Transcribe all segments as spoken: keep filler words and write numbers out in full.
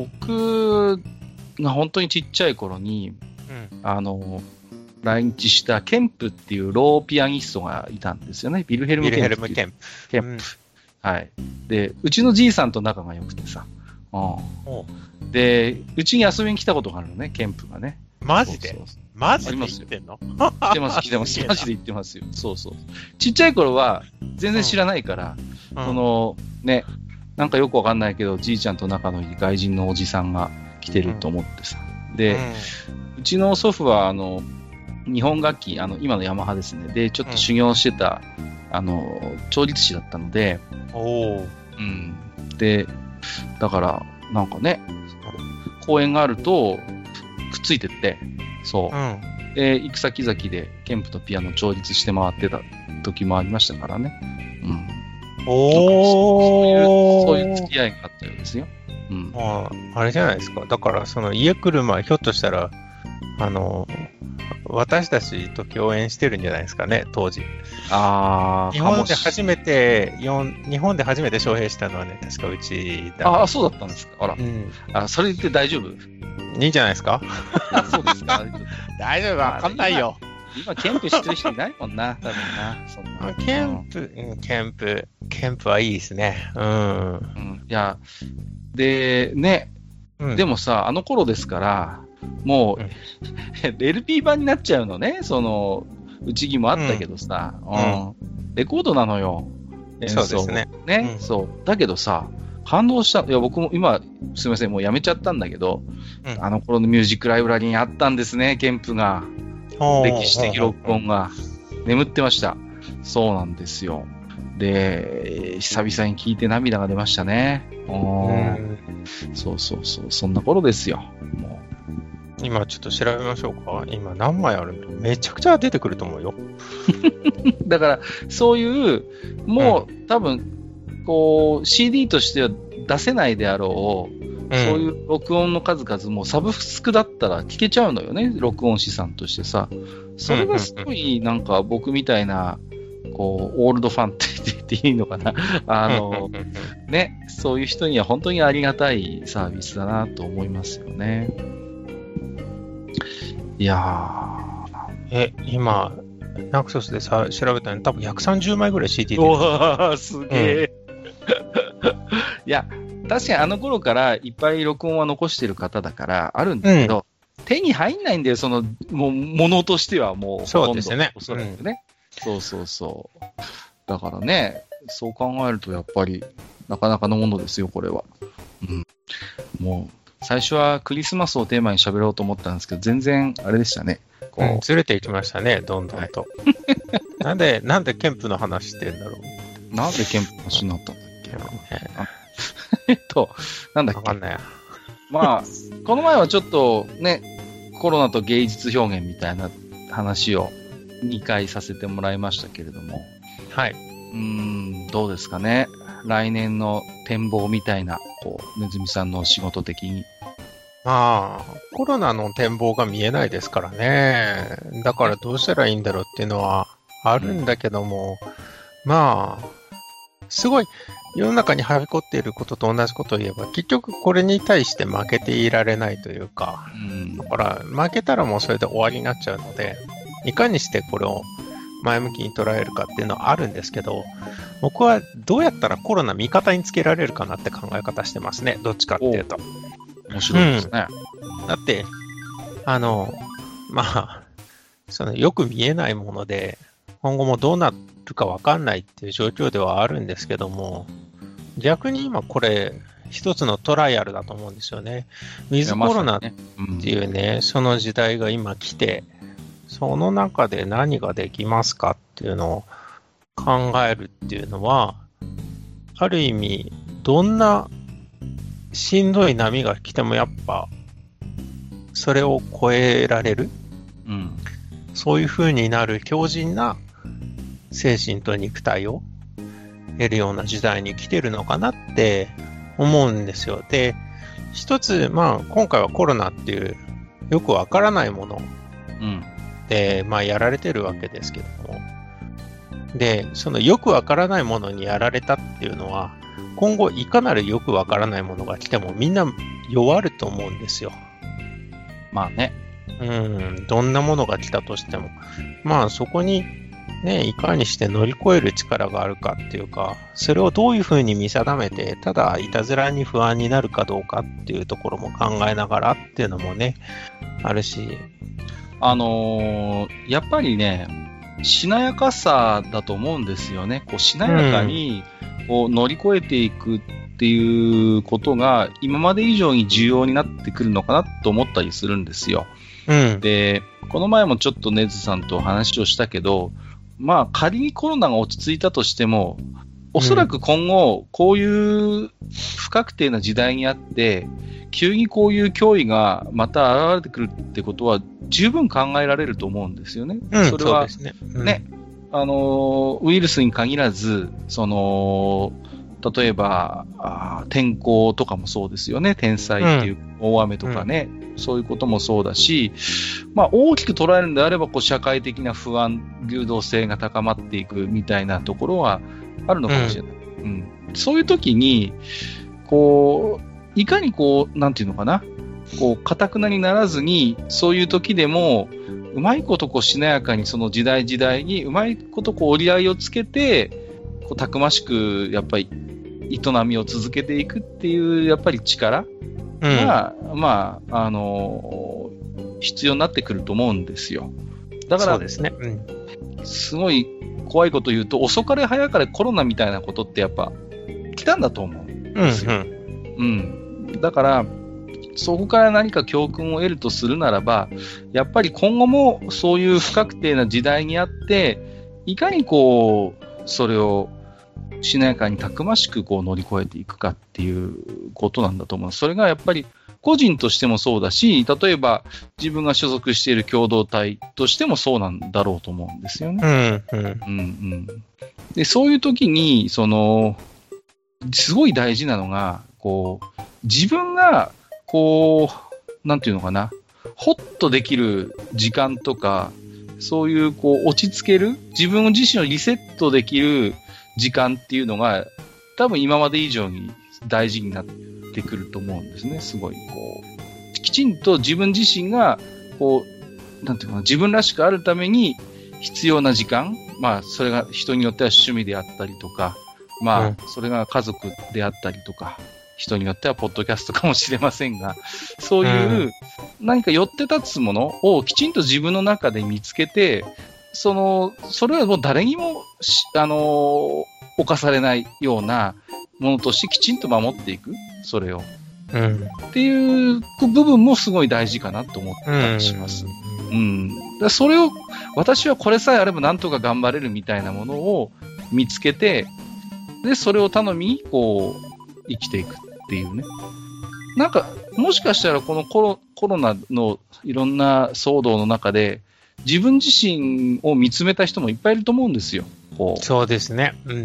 僕が本当にちっちゃい頃に、うん、あの来日したケンプっていうローピアニストがいたんですよね。ビルヘルム・ケンプ。ビルヘルム・ケンプ。ケンプ。うん、はい。で、うちのじいさんと仲が良くてさ。うん、で、うちに遊びに来たことがあるのね、ケンプがね。 マジで？そうそうそう、マジで言ってんの？ 来てます、来てます。マジで言ってますよ。そうそう。ちっちゃい頃は全然知らないから、うん、その、ね、なんかよくわかんないけど、じいちゃんと仲のいい外人のおじさんが来てると思ってさ。うん、で、うん、うちの祖父は、あの、日本楽器、あの、今のヤマハですね。で、ちょっと修行してた、うん、あの、調律師だったので、 おー。 うん。で、だから、なんかね、公演があると、くっついてって、そう。うん、で、行く先々で、ケンプとピアノ調律して回ってた時もありましたからね。うん。 おー。 そういう、そういう付き合いがあったようですよ。うん。 ああ、あれじゃないですか。だから、その家来る前、ひょっとしたら、あの、私たちと共演してるんじゃないですかね、当時。 ああ、 日本で初めて、日本で初めて招聘したのはね、確かうちだ。 ああ、そうだったんですか。あら。うん、あ、それ言って大丈夫？ いいんじゃないですか。 そうですか。 大丈夫、わかんないよ。 今、今ケンプしてる人いないもんな、多分な。そんなケンプ、うん、ケンプ、ケンプはいいですね。うん。うん、 いや、で、ね、うん、でもさ、あの頃ですから、もう、うん、エルピー 版になっちゃうのね、その、うちぎもあったけどさ、うんうん、レコードなのよ。 そうですね。 ね、うん、そう。だけどさ、感動した。いや、僕も今、すみません、もうやめちゃったんだけど、うん、あの頃のミュージックライブラリーにあったんですね、ケンプが。歴史的録音が眠ってました。そうなんですよ。で、久々に聴いて涙が出ましたね。うん、そうそうそう、そんな頃ですよ。もう今ちょっと調べましょうか。今何枚あるの？めちゃくちゃ出てくると思うよ。 だから、そういう、もう、うん、多分、こう、シーディー としては出せないであろう、うん、そういう録音の数々もサブスクだったら聞けちゃうのよね、録音資産としてさ。それがすごい、なんか僕みたいな、こう、オールドファンって言っていいのかな。あの、ね、そういう人には本当にありがたいサービスだなと思いますよね。いやー。 え、今、ナクソスでさ調べたのに多分ひゃくさんじゅうまいぐらい シーディー出てる。うわー、すげー。うん、いや、確かにあの頃からいっぱい録音は残してる方だからあるんだけど、うん、手に入んないんだよ、その、もう、ものとしてはもう、 そうですね。 おそらくね、うん。そうそうそう。だからね、そう考えるとやっぱり、なかなかのものですよ、これは。うん。もう、最初はクリスマスをテーマに喋ろうと思ったんですけど、全然、あれでしたね。 こう、うん、ずれていきましたね、どんどんと。はい、なんで、なんでケンプの話してんだろう。 なんでケンプの話になったんだっけ、えっと、なんだっけ。 わかんないや。 まあ、この前はちょっとね、コロナと芸術表現みたいな話をにかいさせてもらいましたけれども。 はい。 うーん、どうですかね。来年の展望みたいな、こう、ねずみさんの仕事的に。 まあ、コロナの展望が見えないですからね。だからどうしたらいいんだろうっていうのはあるんだけども、うん、まあ、すごい世の中にはびこっていることと同じことを言えば、結局これに対して負けていられないというか、うん、だから負けたらもうそれで終わりになっちゃうので、いかにしてこれを前向きに捉えるかっていうのはあるんですけど、僕はどうやったらコロナ味方につけられるかなって考え方してますね。どっちかっていうと。 面白いですね。 うん、だって、あの、まあ、そのよく見えないもので、今後もどうなるかわかんないっていう状況ではあるんですけども、逆に今これ、一つのトライアルだと思うんですよね。ウィズコロナっていうね、その時代が今来て、その中で何ができますかっていうのを考えるっていうのは、ある意味、どんなしんどい波が来てもやっぱ、それを超えられる、うん、そういう風になる強靭な精神と肉体を得るような時代に来てるのかなって思うんですよ。で、一つ、まあ、今回はコロナっていうよくわからないもので、うん、まあ、やられてるわけですけども。で、そのよくわからないものにやられたっていうのは、今後いかなるよくわからないものが来てもみんな弱ると思うんですよ。 まあね。 うん、どんなものが来たとしても。まあそこにね、いかにして乗り越える力があるかっていうか、それをどういうふうに見定めて、ただいたずらに不安になるかどうかっていうところも考えながらっていうのもね、あるし。 あのー、やっぱりね、しなやかさだと思うんですよね。こうしなやかにこう乗り越えていくっていうことが今まで以上に重要になってくるのかなと思ったりするんですよ。 うん、 で、この前もちょっとネズさんと話をしたけど、まあ仮にコロナが落ち着いたとしても、おそらく今後こういう不確定な時代にあって、急にこういう脅威がまた現れてくるってことは十分考えられると思うんですよね。 うん、 それはそうですね。うん、 ね、あのウイルスに限らず、その例えばあ天候とかもそうですよね。天災っていう大雨とかね、うん、そういうこともそうだし、まあ、大きく捉えるんであればこう社会的な不安、流動性が高まっていくみたいなところはあるのかもしれない。うんうん、そういう時にこういかにこうなんていうのかな、こう堅くなにならずに、そういう時でもうまいことこうしなやかにその時代時代にうまいことこう折り合いをつけて、こうたくましくやっぱり営みを続けていくっていうやっぱり力が、うん、まああの必要になってくると思うんですよ。だからそうですね。うん、すごい怖いこと言うと、遅かれ早かれコロナみたいなことってやっぱ来たんだと思うんですよ。うん、うんうん、だからそこから何か教訓を得るとするならば、やっぱり今後もそういう不確定な時代にあって、いかにこうそれをしなやかにたくましくこう乗り越えていくかっていうことなんだと思う。それがやっぱり個人としてもそうだし、例えば自分が所属している共同体としてもそうなんだろうと思うんですよね。うんうんうんうん、でそういう時にそのすごい大事なのが、こう自分がこうなんていうのかな、ホッとできる時間とか、そういうこう落ち着ける、自分自身をリセットできる時間っていうのが多分今まで以上に大事になってくると思うんですね。すごいこうきちんと自分自身がこうなんていうかな、自分らしくあるために必要な時間、まあそれが人によっては趣味であったりとか、まあそれが家族であったりとか、人によってはポッドキャストかもしれませんが、そういう何か寄って立つものをきちんと自分の中で見つけて、そのそれはもう誰にもあの侵されないようなものとしてきちんと守っていく、それを、うん、っていう部分もすごい大事かなと思ったりします。うん、だそれを私はこれさえあればなんとか頑張れるみたいなものを見つけて、でそれを頼みにこう生きていくっていうね。なんかもしかしたらこのコロ、コロナのいろんな騒動の中で自分自身を見つめた人もいっぱいいると思うんですよ。こうそうですね、うんうん、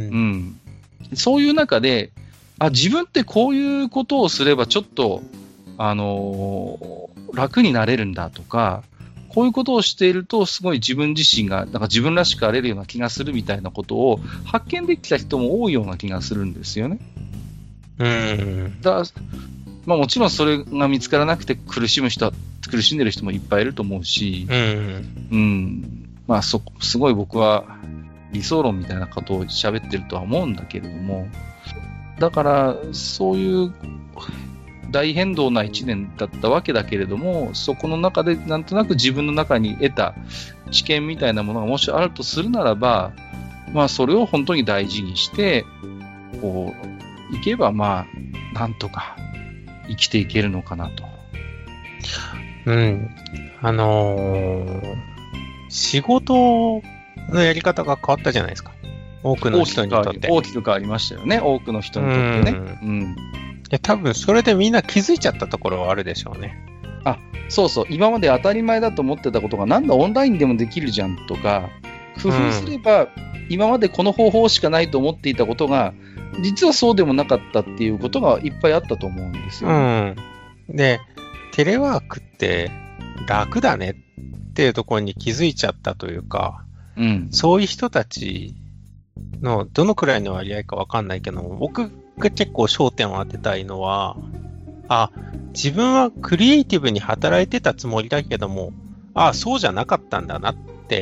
そういう中で、あ、自分ってこういうことをすればちょっと、あのー、楽になれるんだとか、こういうことをしているとすごい自分自身がなんか自分らしくあれるような気がするみたいなことを発見できた人も多いような気がするんですよね。うん、だまあ、もちろんそれが見つからなくて苦しむ人は苦しんでる人もいっぱいいると思うし、うんうん、まあ、そすごい僕は理想論みたいなことを喋ってるとは思うんだけれども、だからそういう大変動な一年だったわけだけれども、そこの中でなんとなく自分の中に得た知見みたいなものがもしあるとするならば、まあ、それを本当に大事にしてこういけば、まあなんとか生きていけるのかなと。 うん。あのー、仕事のやり方が変わったじゃないですか。多くの人にとって。 大きく変わりましたよね。多くの人にとってね。うん。うん、 いや、多分それでみんな気づいちゃったところはあるでしょうね。 あ、そうそう。今まで当たり前だと思ってたことが、なんだオンラインでもできるじゃんとか、工夫すれば、今までこの方法しかないと思っていたことが、実はそうでもなかったっていうことがいっぱいあったと思うんですよ、ね。 うん。で、テレワークって楽だねっていうところに気づいちゃったというか、うん、そういう人たちのどのくらいの割合かわかんないけど、僕が結構焦点を当てたいのは、 あ、自分はクリエイティブに働いてたつもりだけども、あ、そうじゃなかったんだなって、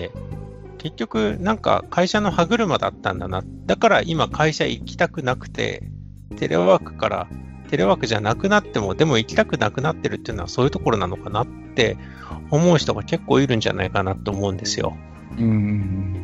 結局なんか会社の歯車だったんだな。だから今会社行きたくなくて、テレワークからテレワークじゃなくなっても、でも行きたくなくなってるっていうのはそういうところなのかなって思う人が結構いるんじゃないかなと思うんですよ。 うん。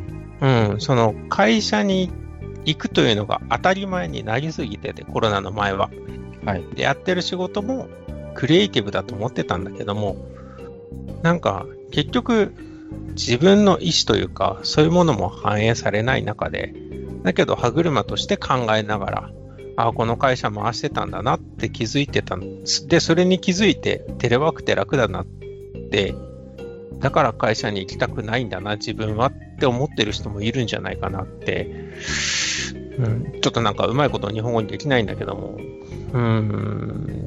うん、その会社に行くというのが当たり前になりすぎてて、コロナの前は。 はい。 で、やってる仕事もクリエイティブだと思ってたんだけども、なんか結局自分の意思というか、そういうものも反映されない中で、だけど歯車として考えながら、ああ、この会社回してたんだなって気づいてたんです。で、それに気づいて、テレワークって楽だなって、だから会社に行きたくないんだな、自分はって思ってる人もいるんじゃないかなって、うん、ちょっとなんかうまいこと日本語にできないんだけども、うん、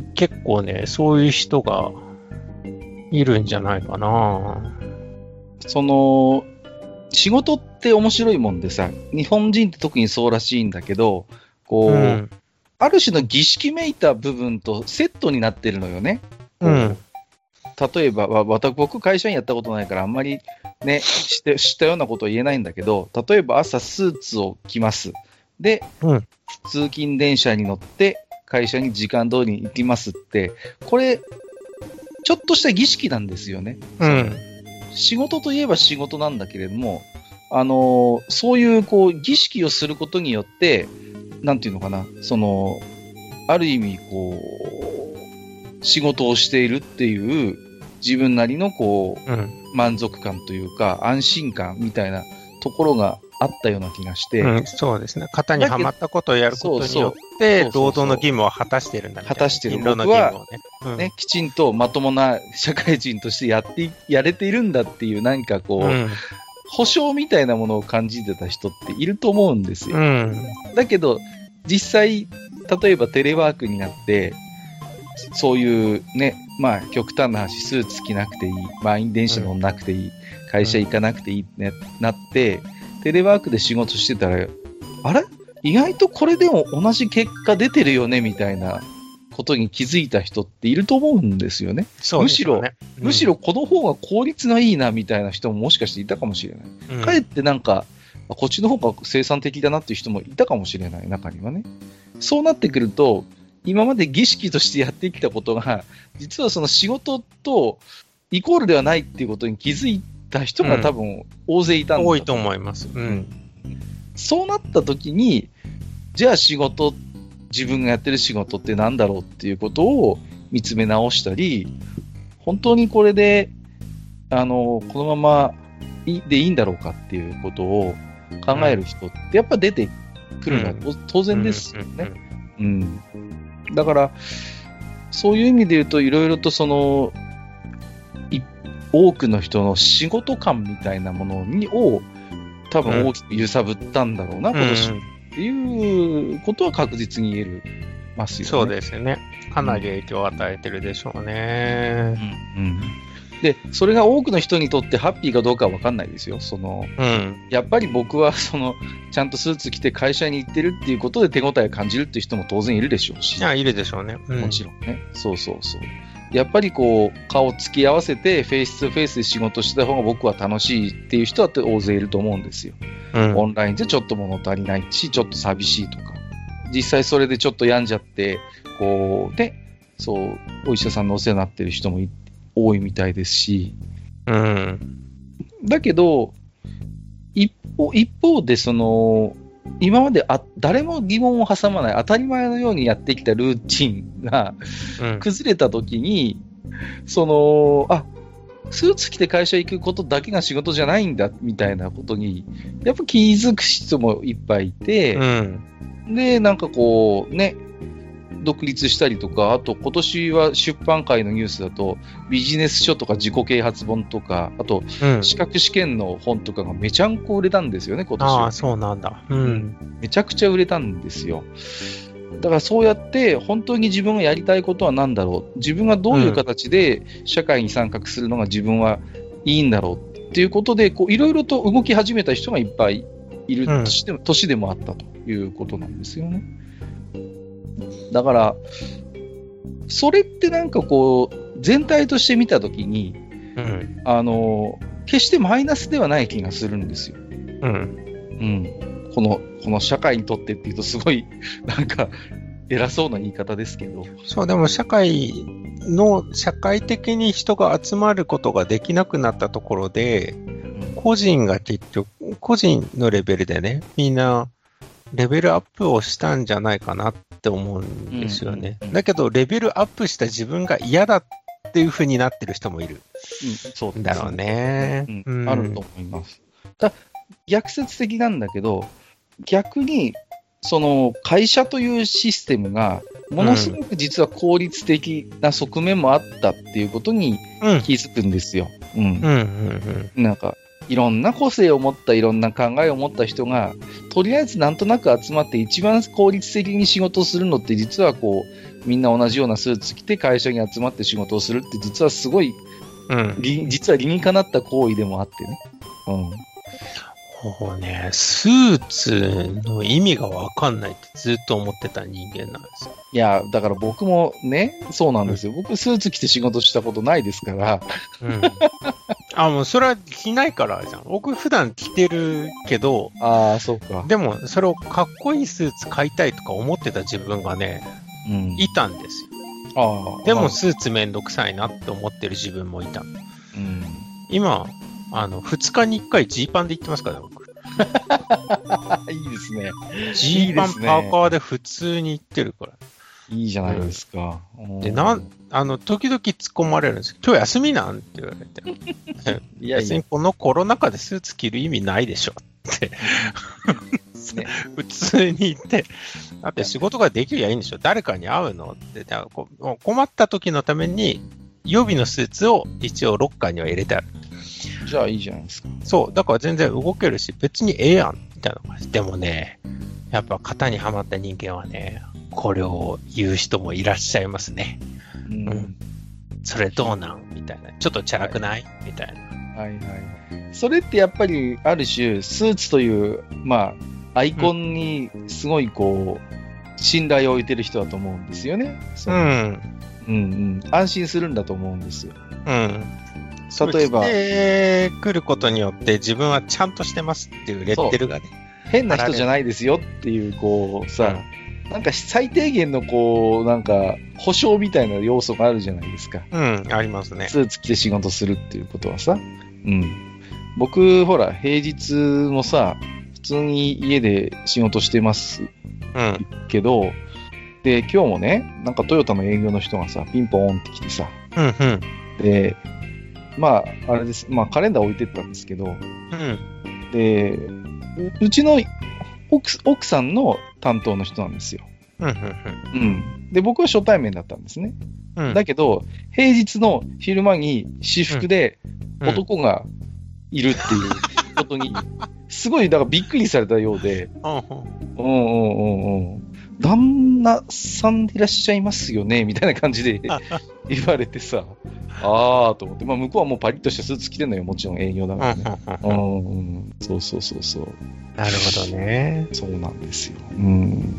結構ね、そういう人がいるんじゃないかな。 その、仕事って面白いもんでさ、日本人って特にそうらしいんだけど、こう、うん、ある種の儀式めいた部分とセットになってるのよね。 うん。 例えば、私、僕会社員やったことないからあんまりね、知って、知ったようなことは言えないんだけど、例えば朝スーツを着ます。で、 うん、 通勤電車に乗って会社に時間通りに行きますって、これ、ちょっとした儀式なんですよね。 うん。 仕事といえば仕事なんだけれども、あのー、そういうこう儀式をすることによって、なんていうのかな、その、ある意味、こう、仕事をしているっていう自分なりのこう、うん、満足感というか、安心感みたいなところがあったような気がして。 うん、そうですね。型にはまったことをやることによって、労働の義務を果たしているんだみたいな。 果たしている。僕は、ねうんね、きちんとまともな社会人としてやって、やれているんだっていう、何かこう、うん、保証みたいなものを感じてた人っていると思うんですよ。 うん、 だけど、実際、例えばテレワークになって、そういうね、まあ極端な話、スーツ着なくていい、満員電車乗んなくていい、うん、会社行かなくていいって、ね、なって、テレワークで仕事してたら、あれ意外とこれでも同じ結果出てるよねみたいなことに気づいた人っていると思うんですよね。 そうですよね。 むしろ、うん、むしろこの方が効率がいいなみたいな人ももしかしていたかもしれない。うん、かえってなんか、こっちの方が生産的だなっていう人もいたかもしれない、中にはね。そうなってくると、今まで儀式としてやってきたことが、実はその仕事とイコールではないっていうことに気づいた人が多分大勢いたんだ、うん、 多いと思います。うん。 そうなった時に、じゃあ仕事、自分がやってる仕事って何だろうっていうことを見つめ直したり、本当にこれで、あの、このままでいいんだろうかっていうことを考える人ってやっぱ出てくるのは当然ですよね。うん。だから、そういう意味で言うと、いろいろとその、多くの人の仕事感みたいなものにを多分大きく揺さぶったんだろうな、うん、今年っていうことは確実に言えますよね。 そうですね。かなり影響を与えてるでしょうね。 うんうん、で、それが多くの人にとってハッピーかどうかは分かんないですよ。その、 うん、 やっぱり僕はそのちゃんとスーツ着て会社に行ってるっていうことで手応えを感じるっていう人も当然いるでしょうし。 いや、いるでしょうね。 うん、もちろんね。そうそうそう。やっぱりこう顔つき合わせてフェイス2フェイスで仕事した方が僕は楽しいっていう人は大勢いると思うんですよ、うん、オンラインでちょっと物足りないしちょっと寂しいとか実際それでちょっと病んじゃってこうねそうお医者さんのお世話になってる人も多いみたいですし、 うん、 だけど一方、一方でその今まであ誰も疑問を挟まない当たり前のようにやってきたルーチンが崩れたときに、うん、そのあスーツ着て会社行くことだけが仕事じゃないんだみたいなことにやっぱ気づく人もいっぱいいて、 うん、 でなんかこうね独立したりとかあと今年は出版界のニュースだとビジネス書とか自己啓発本とかあと資格試験の本とかがめちゃんこ売れたんですよね今年は。 ああそうなんだ、うん、 めちゃくちゃ売れたんですよ。だからそうやって本当に自分がやりたいことは何だろう自分がどういう形で社会に参画するのが自分はいいんだろうっていうことでいろいろと動き始めた人がいっぱいいる年でも、うん、年でもあったということなんですよね。だからそれってなんかこう、全体として見たときに、 うん。 あの、決してマイナスではない気がするんですよ。 うん。 うん。この、この社会にとってっていうとすごい、なんか、偉そうな言い方ですけど。 そう、でも社会の、社会的に人が集まることができなくなったところで、個人が結局、個人のレベルでね、みんな、レベルアップをしたんじゃないかなって思うんですよね。 うんうんうん、 だけど、レベルアップした自分が嫌だっていう風になってる人もいる。 うん、そうですね。 だろうね、 うんうん。 あると思います。だ逆説的なんだけど、逆に、その会社というシステムが、ものすごく実は効率的な側面もあったっていうことに気づくんですよ。うん。うんうんうん、なんか、いろんな個性を持った、いろんな考えを持った人が、とりあえずなんとなく集まって一番効率的に仕事をするのって実はこう、みんな同じようなスーツ着て会社に集まって仕事をするって実はすごい、うん、実は理にかなった行為でもあってね。うん。 もうね、スーツの意味がわかんないってずっと思ってた人間なんですよ。 いや、だから僕もね、そうなんですよ。うん、僕スーツ着て仕事したことないですから。 うん。あ、もうそれは着ないからじゃん。僕普段着てるけど、 ああ、そうか。 でもそれをかっこいいスーツ買いたいとか思ってた自分がね、うん、いたんですよ。ああ。でもスーツめんどくさいなって思ってる自分もいた。うん、今、あの、二日に一回ジーパンで行ってますからね、僕。 いいですね。 ジーパン、パーカーで普通に行ってるから。 いいじゃないですか。 うん、で、なん、あの、時々突っ込まれるんですけど、今日休みなんって言われて。いやいや別にこのコロナ禍でスーツ着る意味ないでしょって。ね、普通に言って、だって仕事ができるやいいんでしょ、誰かに会うのって、だから困った時のために、予備のスーツを一応ロッカーには入れてある。 じゃあいいじゃないですか。 そう。だから全然動けるし、別にええやん、みたいな感じ。でもね、やっぱ型にはまった人間はね、これを言う人もいらっしゃいますね。うん。うん、それどうなんみたいな。ちょっとチャラくない、はい、みたいな。 はいはい。それってやっぱり、ある種、スーツという、まあ、アイコンにすごいこう、うん、信頼を置いてる人だと思うんですよね。 うん。うんうん。安心するんだと思うんですよ。 うん。例えば。着てくることによって自分はちゃんとしてますっていうレッテルがね。 変な人じゃないですよっていう、こう、さ、うん、なんか最低限のこう、なんか、保証みたいな要素があるじゃないですか。 うん、ありますね。 スーツ着て仕事するっていうことはさ。うん。僕、ほら、平日もさ、普通に家で仕事してますけど、うん、で、今日もね、なんかトヨタの営業の人がさ、ピンポーンって来てさ、 うんうん、 で、まあ、あれです。まあ、カレンダー置いてったんですけど、うん、で、う, うちの 奥, 奥さんの担当の人なんですよ。 うんうんうんうん、で、僕は初対面だったんですね。うん、だけど、平日の昼間に私服で男がいるっていうことに、すごい、だからびっくりされたようで、うんうんうんうん。旦那さんでいらっしゃいますよねみたいな感じで言われてさ、あーと思って、まあ向こうはもうパリッとしたスーツ着てんのよ、もちろん営業だからね。うんうん、そうそうそうそう。 なるほどね。 そうなんですよ。うん。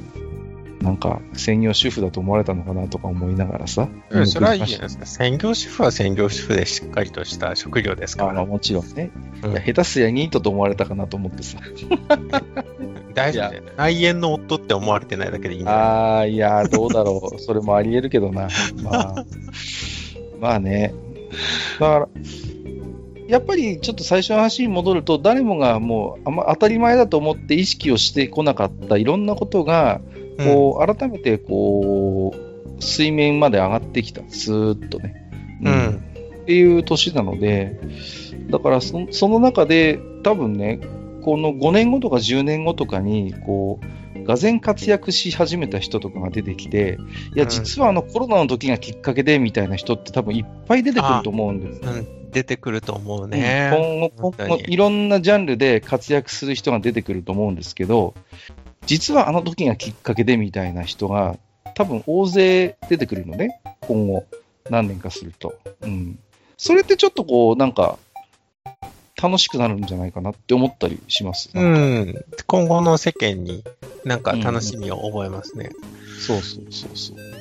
なんか専業主婦だと思われたのかなとか思いながらさ。 うん、それはいいじゃないですか。専業主婦は専業主婦でしっかりとした職業ですから。 あ、まあもちろんね。うん、いや下手すりゃニートと思われたかなと思ってさ。 大丈夫だよ。内縁の夫って思われてないだけでいいんだよ。 ああ、いや、どうだろう。それもあり得るけどな。まあ、まあね。だから、やっぱりちょっと最初の話に戻ると、誰もがもうあ、ま、当たり前だと思って意識をしてこなかったいろんなことが、こう、改めてこう、水面まで上がってきた。スーッとね。うん。うん、っていう年なので、だからそ、その中で多分ね、このごねんごとかじゅうねんごとかに、こう、がぜん活躍し始めた人とかが出てきて、いや、実はあのコロナの時がきっかけでみたいな人って多分いっぱい出てくると思うんです。 うん、出てくると思うね。 今後、今後いろんなジャンルで活躍する人が出てくると思うんですけど、実はあの時がきっかけでみたいな人が多分大勢出てくるのね、今後何年かすると。うん。それってちょっとこう、なんか、楽しくなるんじゃないかなって思ったりします。 うん。今後の世間になんか楽しみを覚えますね。 うん、そうそうそうそう。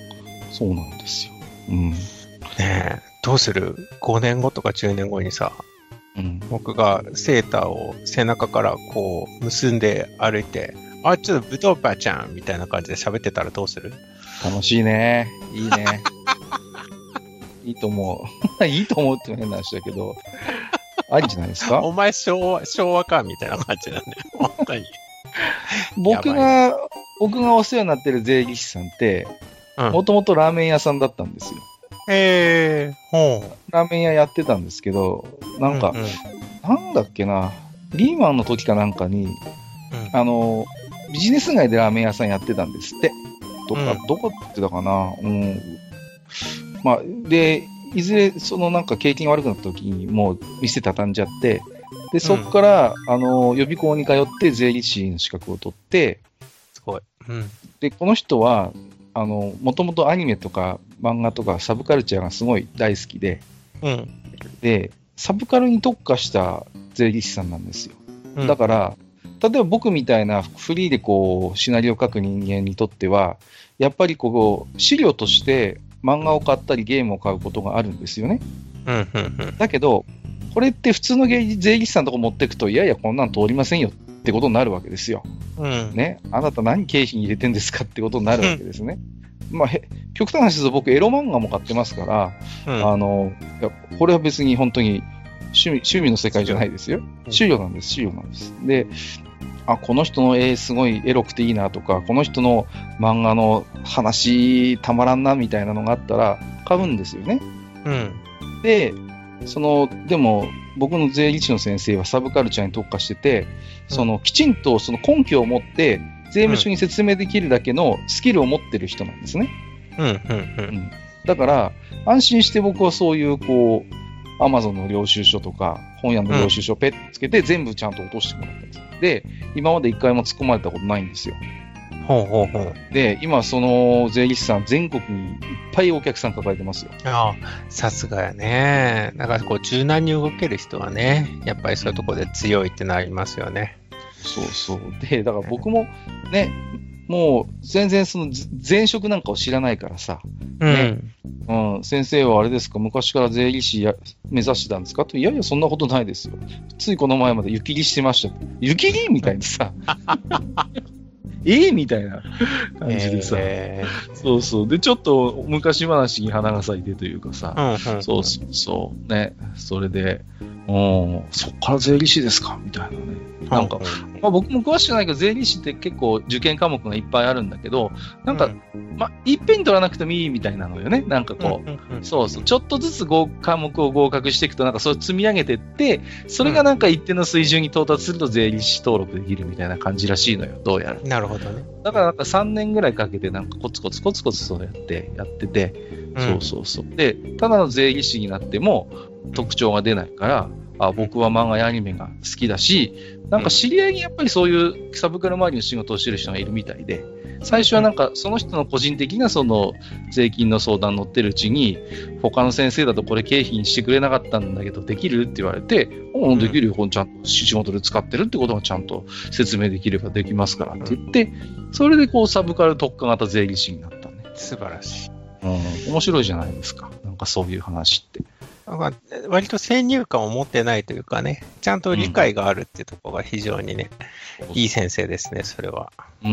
そうなんですよ。うん。 ねえ、どうする ?ご 年後とかじゅうねんごにさ、うん、僕がセーターを背中からこう結んで歩いて、あ、ちょっとぶどうばちゃんみたいな感じで喋ってたらどうする？ 楽しいね。いいね。いいと思う。いいと思うって変な話だけど、ありじゃないですか？ お前昭和、昭和かみたいな感じなんだよ。本当に。 僕が、僕がお世話になってる税理士さんって、もともとラーメン屋さんだったんですよ。 へえ、ほう。 ラーメン屋やってたんですけど、なんか、うんうん、なんだっけな、リーマンの時かなんかに、うん、あの、ビジネス街でラーメン屋さんやってたんですって。どっか、うん、どこってたかな、うん。まあ、で、いずれ、そのなんか景気が悪くなった時に、もう店畳んじゃって、で、そこから、うん、あの、予備校に通って税理士の資格を取って、 すごい。うん。 で、この人は、あの、もともとアニメとか漫画とかサブカルチャーがすごい大好きで、 うん。 で、サブカルに特化した税理士さんなんですよ。うん、だから、例えば僕みたいなフリーでこう、シナリオを書く人間にとっては、やっぱりこう、資料として漫画を買ったりゲームを買うことがあるんですよね。 うんうんうん、 だけど、これって普通の税理士さんのとこ持っていくと、いやいや、こんなん通りませんよってことになるわけですよ。 うん、 ね、あなた何経費に入れてんですかってことになるわけですね。まあ、極端な話ですと僕エロ漫画も買ってますから、うん、あのいやこれは別に本当に趣味、趣味の世界じゃないですよ。資料なんです、資料なんです。で、あ、この人の絵すごいエロくていいなとか、この人の漫画の話たまらんなみたいなのがあったら買うんですよね。 うん、 で、そのでも僕の税理士の先生はサブカルチャーに特化してて、そのきちんとその根拠を持って税務署に説明できるだけのスキルを持ってる人なんですね。 うんうんうんうん、 だから安心して僕はそういうこうアマゾンの領収書とか本屋の領収書をペッとつけて全部ちゃんと落としてもらったんです。で、今まで一回も突っ込まれたことないんですよ。 ほうほうほう。 で、今その税理士さん全国にいっぱいお客さん抱えてますよ。 ああ、さすがやね。だからこう柔軟に動ける人はね、やっぱりそういうところで強いってなりますよね。 そうそう。で、だから僕もね、もう全然その前職なんかを知らないからさ、ね、うん、うん、先生はあれですか、昔から税理士や目指してたんですかと、いやいやそんなことないですよ。ついこの前まで湯切りしてました。湯切りみたいにさ、ええみたいな感じでさ、えー、そうそう。で、ちょっと昔話に花が咲いてというかさ、 うんうんうん、 そうそうそう、ね、それで、うん、そっから税理士ですかみたいなね。なんか、まあ、僕も詳しくないけど、税理士って結構受験科目がいっぱいあるんだけど、なんか、うん、まあ、いっぺんに取らなくてもいいみたいなのよね。なんかこう、うんうんうん、そうそう、ちょっとずつ科目を合格していくと、なんかそれ積み上げていって、それがなんか一定の水準に到達すると税理士登録できるみたいな感じらしいのよ、どうやら。 なるほどね。 だからなんかさんねんぐらいかけて、なんかコツコツコツコツそうやって、やってて、うん、そうそうそう。で、ただの税理士になっても特徴が出ないから、あ、僕は漫画やアニメが好きだし、なんか知り合いにやっぱりそういうサブカル周りの仕事をしてる人がいるみたいで、最初はなんかその人の個人的なその税金の相談乗ってるうちに、他の先生だとこれ経費にしてくれなかったんだけどできるって言われて、うん、できるよ、ちゃんと仕事で使ってるってことがちゃんと説明できればできますからって言って、それでこうサブカル特化型税理士になったね。 素晴らしい。 うん、面白いじゃないですか。なんかそういう話って。 まあ、割と先入観を持ってないというかね、ちゃんと理解があるっていうところが非常にね、うん、いい先生ですね、それは。 うん。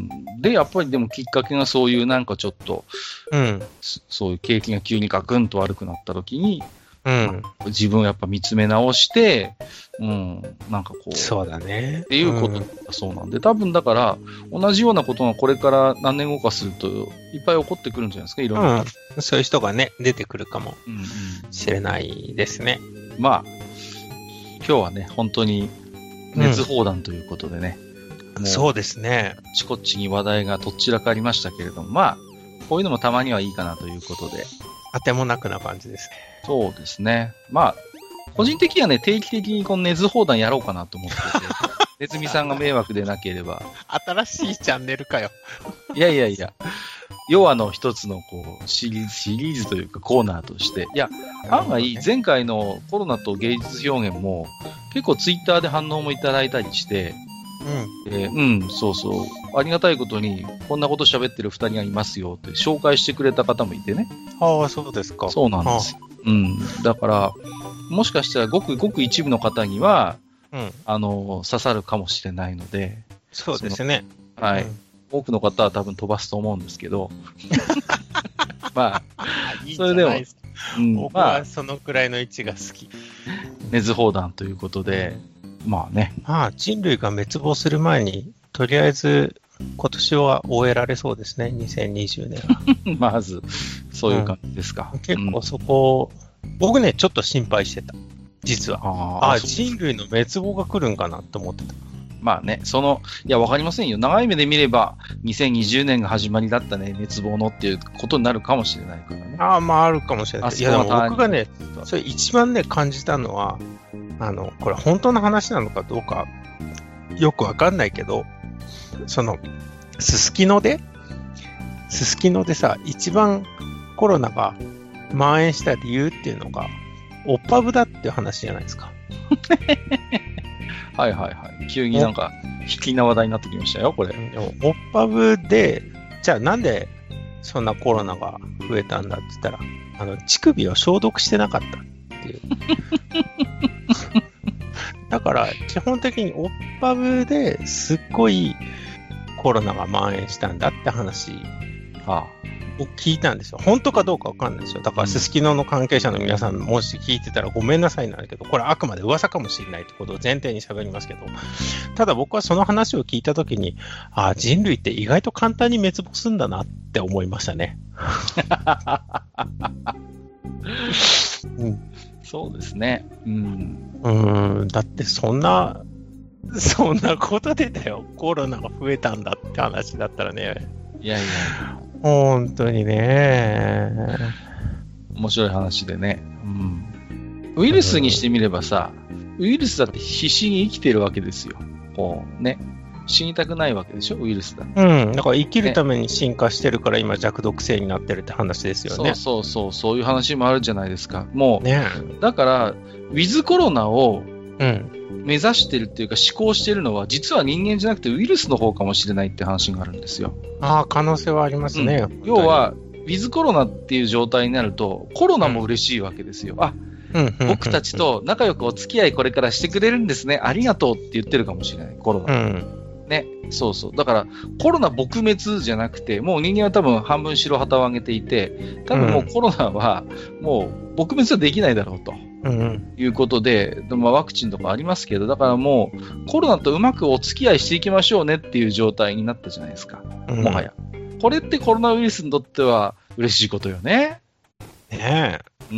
で、やっぱりでもきっかけがそういうなんかちょっと、 うん、 そういう景気が急にガクンと悪くなった時に、 うん、 自分をやっぱ見つめ直して、うん、なんかこう、 そうだね。 っていうことがそうなんで、うん、多分だから、同じようなことがこれから何年後かすると、いっぱい起こってくるんじゃないですか、いろんな。 うん、そういう人がね、出てくるかもしれないですね。 うんうん、まあ、今日はね、本当に熱放談ということでね。 うん、そうですね。 あちこちに話題がとっちらかりましたけれども、まあ、こういうのもたまにはいいかなということで。 当てもなくな感じですね。 そうですね。まあ、個人的にはね、定期的にこの熱放談やろうかなと思ってて、ネズミさんが迷惑でなければ。 新しいチャンネルかよ。 いやいやいや、要はの一つのこうシリーズ、シリーズというかコーナーとして、いや、案外前回のコロナと芸術表現も結構ツイッターで反応もいただいたりして、 うん。 で、うん、そうそう。ありがたいことに、こんなこと喋ってる二人がいますよって紹介してくれた方もいてね。 ああ、そうですか。 そうなんです。うん。だから、もしかしたらごくごく一部の方には、 うん。 あの、刺さるかもしれないので。 そうですね。 はい、 うん。 多くの方は多分飛ばすと思うんですけど。まあ、 いいそれでも、 うん、僕はそのくらいの位置が好き。 熱砲弾ということで、まあね。 まあ、人類が滅亡する前に、とりあえず、今年は終えられそうですね、にせんにじゅうねんは。 まず、そういう感じですか。 うん、結構そこ、うん、僕ね、ちょっと心配してた。実は。ああ、人類の滅亡が来るんかなと思ってた。 まあね、その、いや、わかりませんよ。長い目で見れば、にせんにじゅうねんが始まりだったね、滅亡のっていうことになるかもしれないからね。 ああ、まあ、あるかもしれない。いや、でも僕がね、それ一番ね、感じたのは、あの、これ本当の話なのかどうか、よくわかんないけど、その、すすきので、すすきのでさ、一番コロナが蔓延した理由っていうのが、オッパブだっていう話じゃないですか。 はいはいはい。急になんか、引きな話題になってきましたよ、これ。 オッパブで、じゃあなんでそんなコロナが増えたんだって言ったら、あの、乳首を消毒してなかったっていう。だから、基本的にオッパブですっごいコロナが蔓延したんだって話を聞いたんですよ。本当かどうかわかんないですよ。だから、すすきのの関係者の皆さん、もし聞いてたらごめんなさいなんだけど、これあくまで噂かもしれないってことを前提に喋りますけど、ただ僕はその話を聞いたときに、ああ、人類って意外と簡単に滅亡するんだなって思いましたね。 うん、そうですね。うん。 うーん、だってそんな、そんなことでだよ。コロナが増えたんだって話だったらね。 いやいや。 本当にね。 面白い話でね。うん。ウイルスにしてみればさ、ウイルスだって必死に生きてるわけですよ。こうね。死にたくないわけでしょ、ウイルスだって。 うん。だから生きるために進化してるから今弱毒性になってるって話ですよね。 そうそうそう、そういう話もあるじゃないですか。もう、 ね、 だから、ウィズコロナを目指してるっていうか思考してるのは、実は人間じゃなくてウイルスの方かもしれないって話があるんですよ。 ああ、可能性はありますね。 うん、要は、ウィズコロナっていう状態になると、コロナも嬉しいわけですよ。あ、僕たちと仲良くお付き合いこれからしてくれるんですね。ありがとうって言ってるかもしれない、コロナ。うん、ね。そうそう。だから、コロナ撲滅じゃなくて、もう人間は多分半分白旗を上げていて、多分もうコロナは、もう撲滅はできないだろうと。うん、いうことで、まあ、ワクチンとかありますけど、だからもう、コロナとうまくお付き合いしていきましょうねっていう状態になったじゃないですか。もはや。これってコロナウイルスにとっては嬉しいことよね。 ねえ。 うん。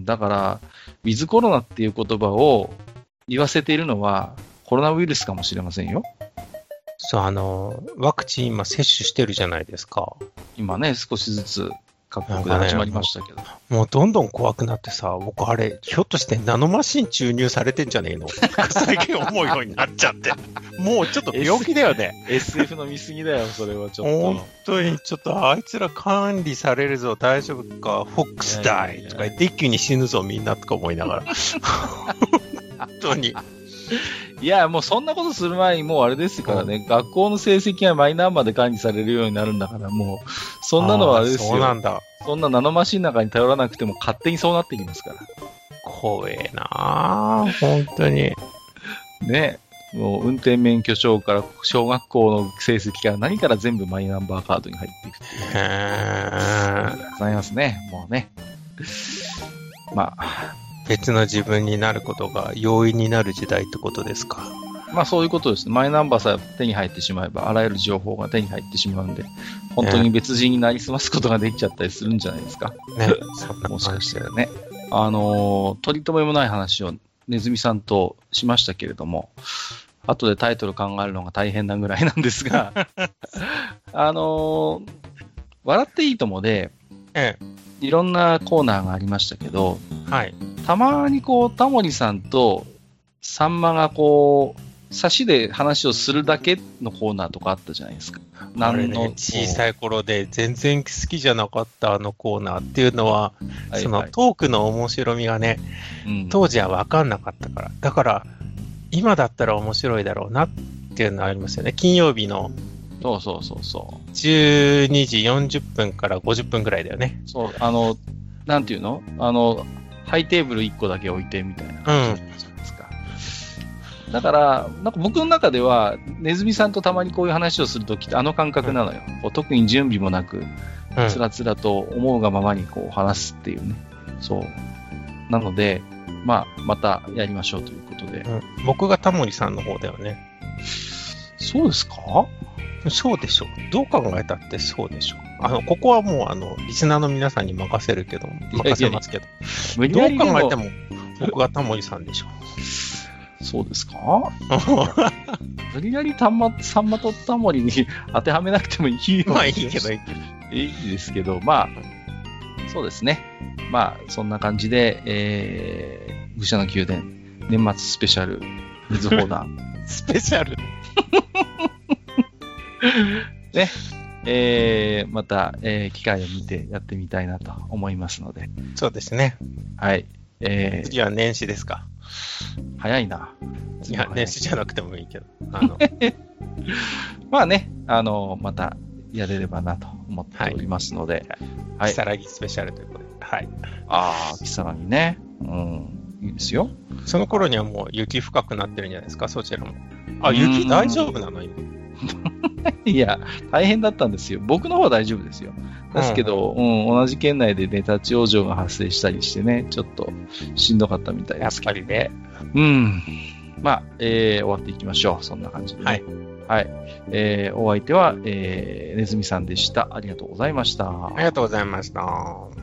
だから、ウィズコロナっていう言葉を言わせているのは、コロナウイルスかもしれませんよ。 そう、あの、ワクチン今接種してるじゃないですか。 今ね、少しずつ各国で始まりましたけど。 ね、もう、もうどんどん怖くなってさ、僕あれ、ひょっとしてナノマシン注入されてんじゃねえの最近思うようになっちゃって。もうちょっと病気だよね。 エスエフ の見過ぎだよ、それはちょっと。 本当にちょっとあいつら管理されるぞ、大丈夫か、フォックスダイとか言って一気に死ぬぞ、みんなとか思いながら。本当に。 いや、もうそんなことする前にもうあれですからね、うん、学校の成績がマイナンバーで管理されるようになるんだから、もう、そんなのはあれですよ。 そうなんだ。 そんなナノマシンなんかに頼らなくても勝手にそうなってきますから。 怖えなぁ、本当に。 ね、もう運転免許証から小学校の成績から何から全部マイナンバーカードに入っていくっていう。へー。ございますね、もうね。まあ。 別の自分になることが容易になる時代ってことですか。 まあそういうことですね。マイナンバーさえ手に入ってしまえば、あらゆる情報が手に入ってしまうんで、本当に別人になりすますことができちゃったりするんじゃないですか。 ね。そんなもしかしたらね。あのー、取り留めもない話をネズミさんとしましたけれども、後でタイトル考えるのが大変なぐらいなんですが、あのー、笑っていいともで、 ええ、 いろんなコーナーがありましたけど、 はい。 たまにこう、タモリさんとさんまがこう、差しで話をするだけのコーナーとかあったじゃないですか。 あれね、小さい頃で全然好きじゃなかったあのコーナーっていうのは、はいはい、そのトークの面白みがね、うん、当時は分かんなかったから。だから、今だったら面白いだろうなっっていうのありますよね。金曜日のそうそうそうそう。 じゅうにじよんじゅっぷんからごじゅっぷんぐらいだよね。 そう、あの、なんていうのあの、ハイテーブルいっこだけ置いてみたいな感じですか。うん、だから、なんか僕の中では、ネズミさんとたまにこういう話をするときってあの感覚なのよ。うん、こう特に準備もなく、つらつらと思うがままにこう話すっていうね。そう。なので、まあ、またやりましょうということで。 うん、僕がタモリさんの方だよね。 そうですか？ そうでしょう。どう考えたってそうでしょう。あの、ここはもう、あの、リスナーの皆さんに任せるけど、任せますけど。いやいやどう考えても、僕がタモリさんでしょう。そうですか？無理やりたま、さんまとタモリに当てはめなくてもいいよ。 まあいいけどいいけど。 いいですけど、まあ、そうですね。まあ、そんな感じで、えー、愚者の宮殿、年末スペシャル、水放談。 スペシャルね、えー、また、えー、機会を見てやってみたいなと思いますので。 そうですね。 はい。えー、 次は年始ですか。 早いな。 いや、年始じゃなくてもいいけど。あのまあね、あの、またやれればなと思っておりますので。 はい。キサラギスペシャルということで。はい。 ああ、キサラギね。うん。いいですよ。 その頃にはもう雪深くなってるんじゃないですか、そちらも。あ、雪大丈夫なの今。 いや、大変だったんですよ。僕の方は大丈夫ですよ。ですけど、うんうん、同じ県内でね、立ち往生が発生したりしてね、ちょっとしんどかったみたいですけど。 やっぱりね。 うん。まあ、えー、終わっていきましょう。そんな感じで、ね。はい。はい。えー、お相手は、えー、ネズミさんでした。ありがとうございました。 ありがとうございました。